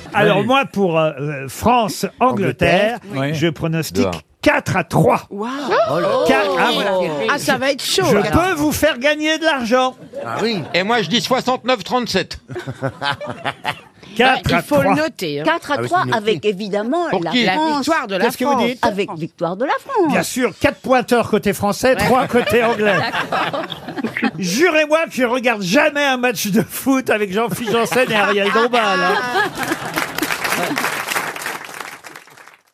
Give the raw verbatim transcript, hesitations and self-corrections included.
Alors moi, pour euh, France-Angleterre, Oui. je pronostique Dehors. quatre à trois. Waouh. Quatre- ah, voilà. Ah, ça va être chaud. Je alors. peux vous faire gagner de l'argent. Ah oui. Et moi, je dis soixante-neuf trente-sept. quatre Il à faut trois. le noter. hein. quatre à Ah oui, trois c'est noté. avec évidemment Pour la qui La France. victoire de la Qu'est-ce que vous France. dites Avec victoire de la France. Bien sûr, quatre pointeurs côté français, trois côté anglais. Jurez-moi que je regarde jamais un match de foot avec Jean-Philippe Janssen et Ariel Dombal. hein.